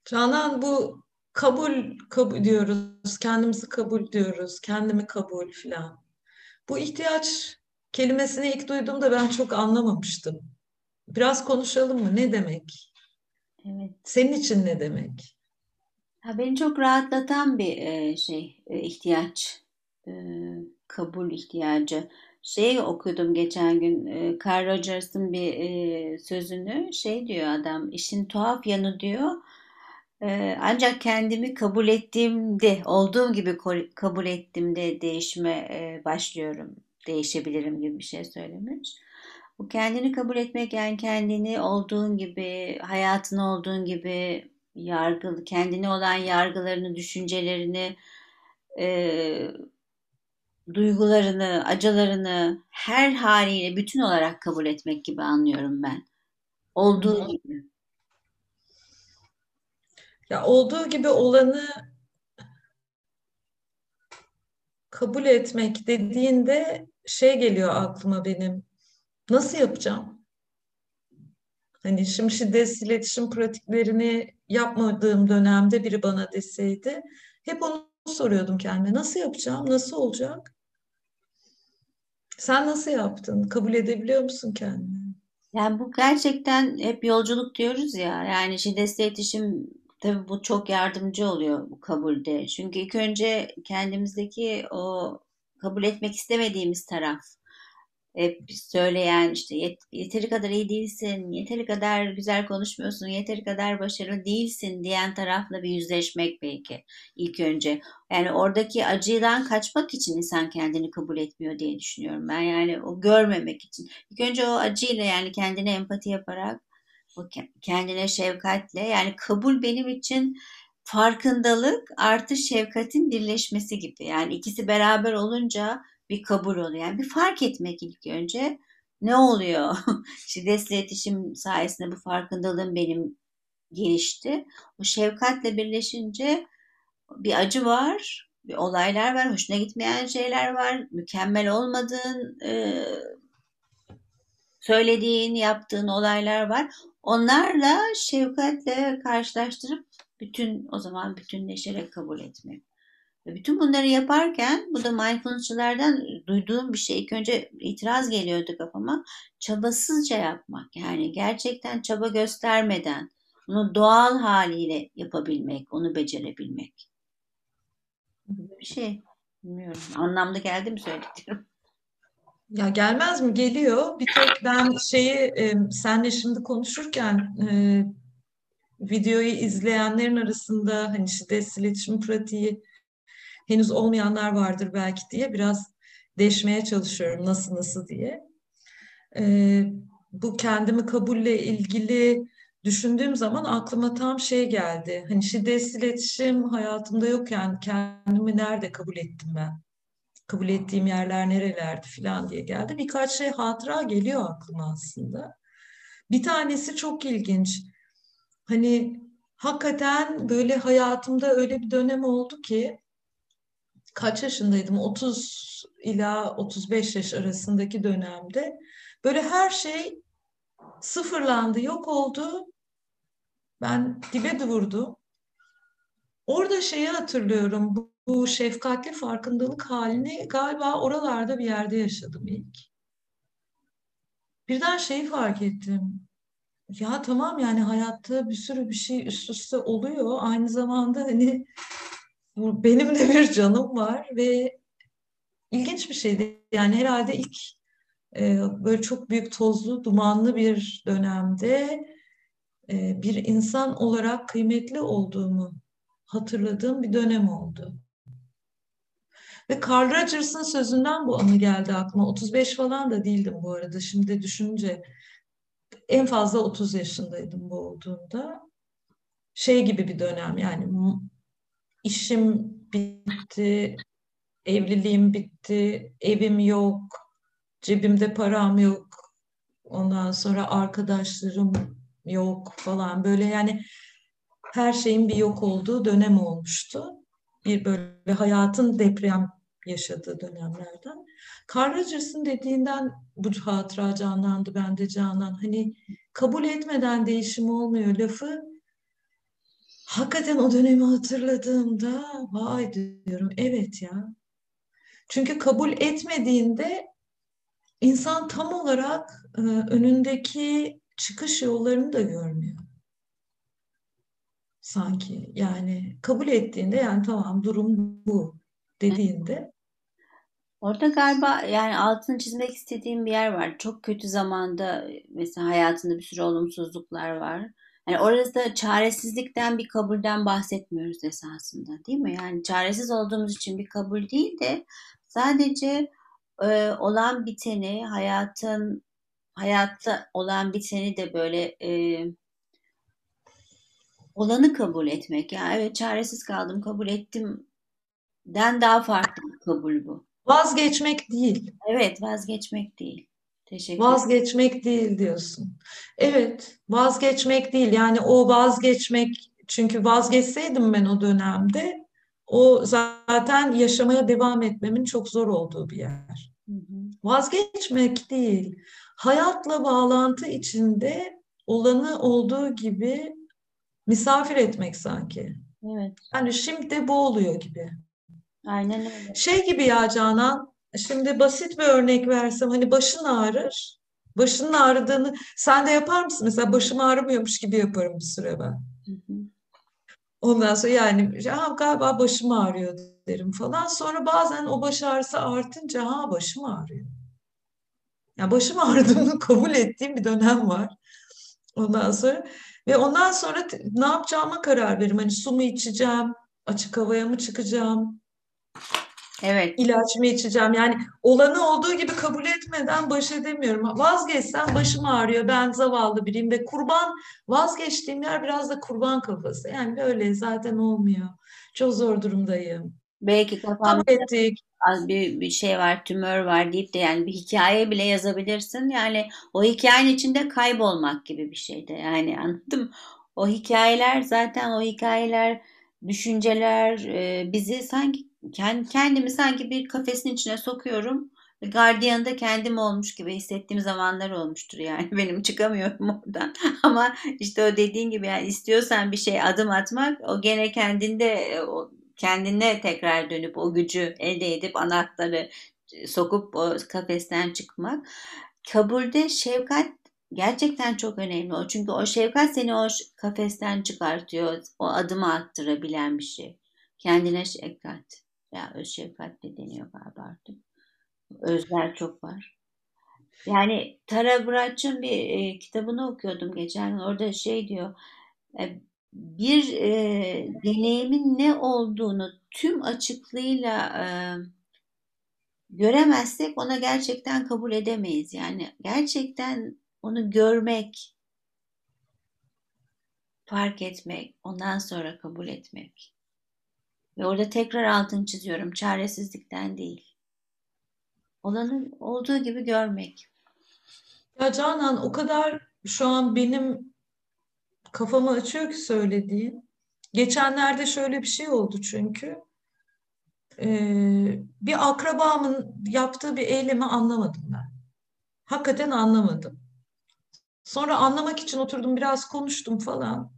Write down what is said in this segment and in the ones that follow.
Canan, bu kabul diyoruz, kendimizi kabul diyoruz, kendimi kabul filan. Bu ihtiyaç kelimesini ilk duyduğumda ben çok anlamamıştım. Biraz konuşalım mı? Ne demek? Evet. Senin için ne demek? Ha, beni çok rahatlatan bir ihtiyaç, E, kabul ihtiyacı. Okudum geçen gün, Carl Rogers'ın bir sözünü, diyor adam, işin tuhaf yanı diyor, ancak kendimi kabul ettiğimde, olduğum gibi kabul ettiğimde değişime başlıyorum, değişebilirim gibi bir şey söylemiş. Bu kendini kabul etmek, yani kendini olduğun gibi, hayatın olduğun gibi kendine olan yargılarını, düşüncelerini, e, duygularını, acılarını her haliyle bütün olarak kabul etmek gibi anlıyorum ben. Hı Olduğu hı. gibi. Ya olduğu gibi olanı kabul etmek dediğinde şey geliyor aklıma benim. Nasıl yapacağım? Hani şimdi şiddetsiz iletişim pratiklerini yapmadığım dönemde biri bana deseydi, hep onu soruyordum kendime. Nasıl yapacağım? Nasıl olacak? Sen nasıl yaptın? Kabul edebiliyor musun kendini? Yani bu gerçekten hep yolculuk diyoruz ya. Yani şiddetle iletişim, tabii bu çok yardımcı oluyor bu kabulde. Çünkü ilk önce kendimizdeki o kabul etmek istemediğimiz taraf, hep söyleyen, işte yeteri kadar iyi değilsin, yeteri kadar güzel konuşmuyorsun, yeteri kadar başarılı değilsin diyen tarafla bir yüzleşmek belki ilk önce. Yani oradaki acıdan kaçmak için insan kendini kabul etmiyor diye düşünüyorum ben. Yani o görmemek için. İlk önce o acıyla, yani kendine empati yaparak, kendine şefkatle, yani kabul benim için farkındalık artı şefkatin birleşmesi gibi. Yani ikisi beraber olunca bir kabul oluyor. Yani bir fark etmek ilk önce. Ne oluyor? Şiddetle iletişim sayesinde bu farkındalığım benim gelişti. O şefkatle birleşince bir acı var, bir olaylar var, hoşuna gitmeyen şeyler var, mükemmel olmadığın, söylediğin, yaptığın olaylar var. Onlarla şefkatle karşılaştırıp o zaman bütünleşerek kabul etmek. Ve bütün bunları yaparken, bu da mindfulnessçılardan duyduğum bir şey. İlk önce itiraz geliyordu kafama. Çabasızca yapmak. Yani gerçekten çaba göstermeden bunu doğal haliyle yapabilmek, onu becerebilmek. Bir şey. Bilmiyorum. Anlamlı geldi mi söylediklerim? Ya gelmez mi? Geliyor. Bir tek ben senle şimdi konuşurken videoyu izleyenlerin arasında hani şiddetsiz iletişim pratiği henüz olmayanlar vardır belki diye biraz deşmeye çalışıyorum nasıl diye. E, Bu kendimi kabulle ilgili düşündüğüm zaman aklıma tam şey geldi. Hani şiddetsiz iletişim hayatımda yokken kendimi nerede kabul ettim ben? Kabul ettiğim yerler nerelerdi falan diye geldi. Birkaç şey hatıra geliyor aklıma aslında. Bir tanesi çok ilginç. Hani hakikaten böyle hayatımda öyle bir dönem oldu ki kaç yaşındaydım? 30 ila 35 yaş arasındaki dönemde böyle her şey sıfırlandı, yok oldu. Ben dibe vurdum. Orada şeyi hatırlıyorum. Bu şefkatli farkındalık halini galiba oralarda bir yerde yaşadım ilk. Birden şeyi fark ettim. Ya tamam, yani hayatta bir sürü bir şey üst üste oluyor. Aynı zamanda hani benim de bir canım var ve ilginç bir şeydi. Yani herhalde ilk böyle çok büyük tozlu, dumanlı bir dönemde bir insan olarak kıymetli olduğumu hatırladığım bir dönem oldu. Ve Carl Rogers'ın sözünden bu anı geldi aklıma. 35 falan da değildim bu arada. Şimdi düşününce en fazla 30 yaşındaydım bu olduğunda. Şey gibi bir dönem, yani işim bitti, evliliğim bitti, evim yok, cebimde param yok, ondan sonra arkadaşlarım yok falan, böyle yani her şeyin bir yok olduğu dönem olmuştu. Bir böyle hayatın deprem yaşadığı dönemlerden. Carl Rogers'ın dediğinden bu hatıra canlandı bende, Canan. Hani kabul etmeden değişim olmuyor lafı hakikaten o dönemi hatırladığımda vay diyorum, evet ya. Çünkü kabul etmediğinde insan tam olarak önündeki çıkış yollarını da görmüyor sanki. Yani kabul ettiğinde, yani tamam durum bu dediğinde. Orada galiba yani altını çizmek istediğim bir yer var. Çok kötü zamanda mesela hayatında bir sürü olumsuzluklar var. Yani orada çaresizlikten bir kabulden bahsetmiyoruz esasında, değil mi? Yani çaresiz olduğumuz için bir kabul değil de sadece olan biteni, hayatta olan biteni de böyle olanı kabul etmek. Yani evet, çaresiz kaldım, kabul ettimden daha farklı bir kabul bu. Vazgeçmek değil. Evet, vazgeçmek değil. Teşekkür ederim. Vazgeçmek değil diyorsun. Evet, vazgeçmek değil. Yani o vazgeçmek, çünkü vazgeçseydim ben o dönemde, o zaten yaşamaya devam etmemin çok zor olduğu bir yer. Hı hı. Vazgeçmek değil. Hayatla bağlantı içinde olanı olduğu gibi misafir etmek sanki. Evet, Yani şimdi bu oluyor gibi. aynen öyle. Şey gibi ya Canan, şimdi basit bir örnek versem, hani başın ağrır. Başının ağrıdığını sen de yapar mısın? Mesela başım ağrımıyormuş gibi yaparım bir süre ben. Hı hı. Ondan sonra yani ha, galiba başım ağrıyor derim falan. Sonra bazen o baş ağrısı artınca ha, başım ağrıyor. Yani başım ağrıdığını kabul ettiğim bir dönem var. Ondan sonra ve ondan sonra ne yapacağıma karar veririm. Hani su mu içeceğim, açık havaya mı çıkacağım? Evet, İlaç mı içeceğim? Yani olanı olduğu gibi kabul etmeden baş edemiyorum. Vazgeçsem başım ağrıyor. Ben zavallı biriyim ve kurban, vazgeçtiğim yer biraz da kurban kafası. Yani böyle zaten olmuyor. Çok zor durumdayım. belki kafamda Kabul ettik. az bir şey var, tümör var deyip de yani bir hikaye bile yazabilirsin. Yani o hikayenin içinde kaybolmak gibi bir şey de. Yani anladım. O hikayeler zaten o hikayeler, düşünceler bizi sanki kendimi sanki bir kafesin içine sokuyorum. Gardiyanı kendim olmuş gibi hissettiğim zamanlar olmuştur yani. Benim çıkamıyorum oradan. Ama işte o dediğin gibi yani istiyorsan bir şey adım atmak o gene kendinde o kendine tekrar dönüp o gücü elde edip anahtarı sokup o kafesten çıkmak. Kabulde şefkat gerçekten çok önemli. O çünkü o şefkat seni o kafesten çıkartıyor. O adımı attırabilen bir şey. Kendine şefkat. Ya öz şefkat de deniyor galiba artık. Özler çok var. Yani Tara Brach'ın bir kitabını okuyordum geçen gün. Orada şey diyor. E, bir deneyimin ne olduğunu tüm açıklığıyla göremezsek ona gerçekten kabul edemeyiz. Yani gerçekten onu görmek, fark etmek, ondan sonra kabul etmek. Ve orada tekrar altını çiziyorum. Çaresizlikten değil. Olanın olduğu gibi görmek. Ya Canan, o kadar şu an benim kafamı açıyor ki söylediğin. Geçenlerde şöyle bir şey oldu çünkü. Bir akrabamın yaptığı bir eylemi anlamadım ben. Hakikaten anlamadım. Sonra anlamak için oturdum, biraz konuştum falan.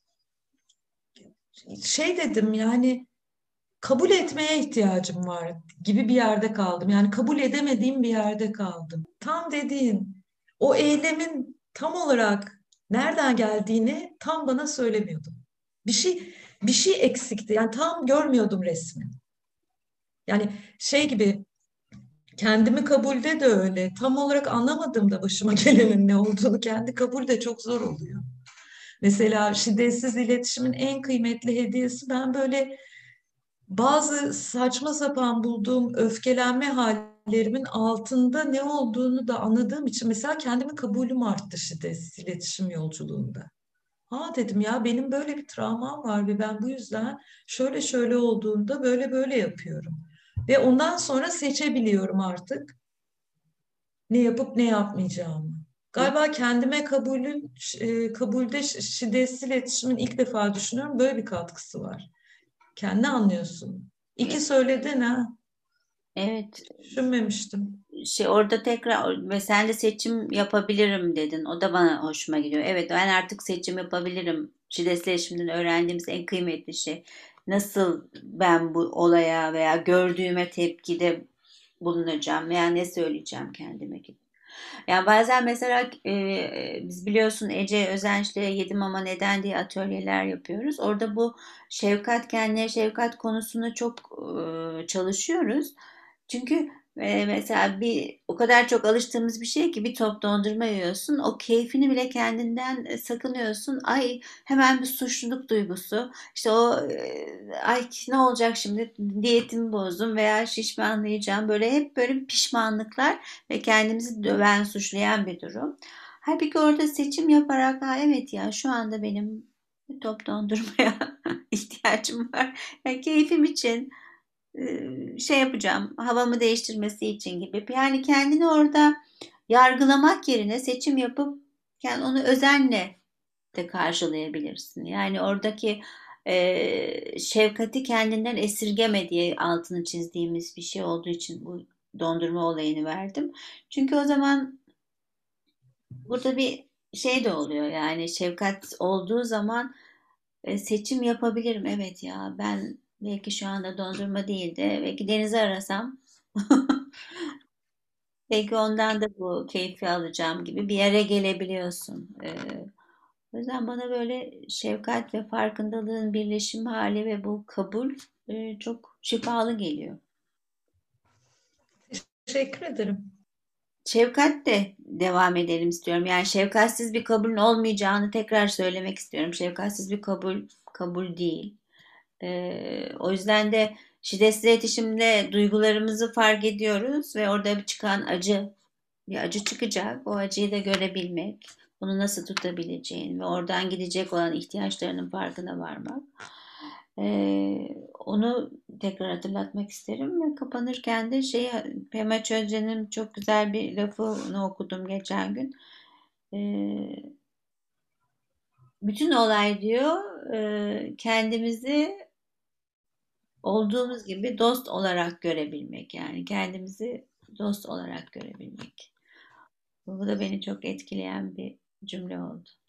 Şey dedim, yani kabul etmeye ihtiyacım var gibi bir yerde kaldım. Yani kabul edemediğim bir yerde kaldım. Tam dediğin o eylemin tam olarak nereden geldiğini tam bana söylemiyordum. Bir şey eksikti. Yani tam görmüyordum resmi. Yani şey gibi, kendimi kabulde de öyle. Tam olarak anlamadığımda başıma gelenin ne olduğunu, kendi kabul de çok zor oluyor. Mesela şiddetsiz iletişimin en kıymetli hediyesi, ben böyle bazı saçma sapan bulduğum öfkelenme hallerimin altında ne olduğunu da anladığım için mesela kendimi kabulüm arttı şiddetsiz iletişim yolculuğunda. Ha dedim ya, benim böyle bir travmam var ve ben bu yüzden şöyle şöyle olduğunda böyle böyle yapıyorum. Ve ondan sonra seçebiliyorum artık ne yapıp ne yapmayacağımı. Galiba kendime kabulde şiddetsiz iletişimin ilk defa düşünüyorum, böyle bir katkısı var. Kendi anlıyorsun. İki söyledin ha. Evet, Düşünmemiştim. şey orada tekrar ve sen de seçim yapabilirim dedin. O da bana hoşuma gidiyor. Evet, ben artık seçim yapabilirim Şiddetli iletişimden öğrendiğimiz en kıymetli şey. Nasıl ben bu olaya veya gördüğüme tepkide bulunacağım veya ne söyleyeceğim kendime gibi. Yani bazen mesela biz biliyorsun Ece Özenç'le Yedim Ama Neden diye atölyeler yapıyoruz. Orada bu şefkat, kendine şefkat konusunu çok çalışıyoruz. Çünkü mesela bir o kadar çok alıştığımız bir şey ki bir top dondurma yiyorsun. O keyfini bile kendinden sakınıyorsun. Ay hemen bir suçluluk duygusu. İşte o ay ne olacak şimdi diyetimi bozdum veya şişmanlayacağım. Böyle hep böyle pişmanlıklar ve kendimizi döven, suçlayan bir durum. Halbuki orada seçim yaparak ha evet ya şu anda benim bir top dondurmaya ihtiyacım var. Yani keyfim için şey yapacağım, havamı değiştirmesi için gibi. Yani kendini orada yargılamak yerine seçim yapıp yani onu özenle de karşılayabilirsin. Yani oradaki şefkati kendinden esirgeme diye altını çizdiğimiz bir şey olduğu için bu dondurma olayını verdim. Çünkü o zaman burada bir şey de oluyor yani şefkat olduğu zaman seçim yapabilirim. Evet ya ben belki şu anda dondurma değil de belki denizi arasam belki ondan da bu keyfi alacağım gibi bir yere gelebiliyorsun. O yüzden bana böyle şefkat ve farkındalığın birleşim hali ve bu kabul çok şifalı geliyor. Teşekkür ederim. Şefkat de devam edelim istiyorum. Yani şefkatsiz bir kabulün olmayacağını tekrar söylemek istiyorum. Şefkatsiz bir kabul değil. O yüzden de şiddetsiz iletişimde duygularımızı fark ediyoruz ve orada çıkan bir acı çıkacak. O acıyı da görebilmek, bunu nasıl tutabileceğin ve oradan gidecek olan ihtiyaçlarının farkına varmak. Onu tekrar hatırlatmak isterim ve kapanırken de Pema Çözdü'nün çok güzel bir lafını okudum geçen gün. Bütün olay diyor kendimizi olduğumuz gibi dost olarak görebilmek yani kendimizi dost olarak görebilmek. Bu da beni çok etkileyen bir cümle oldu.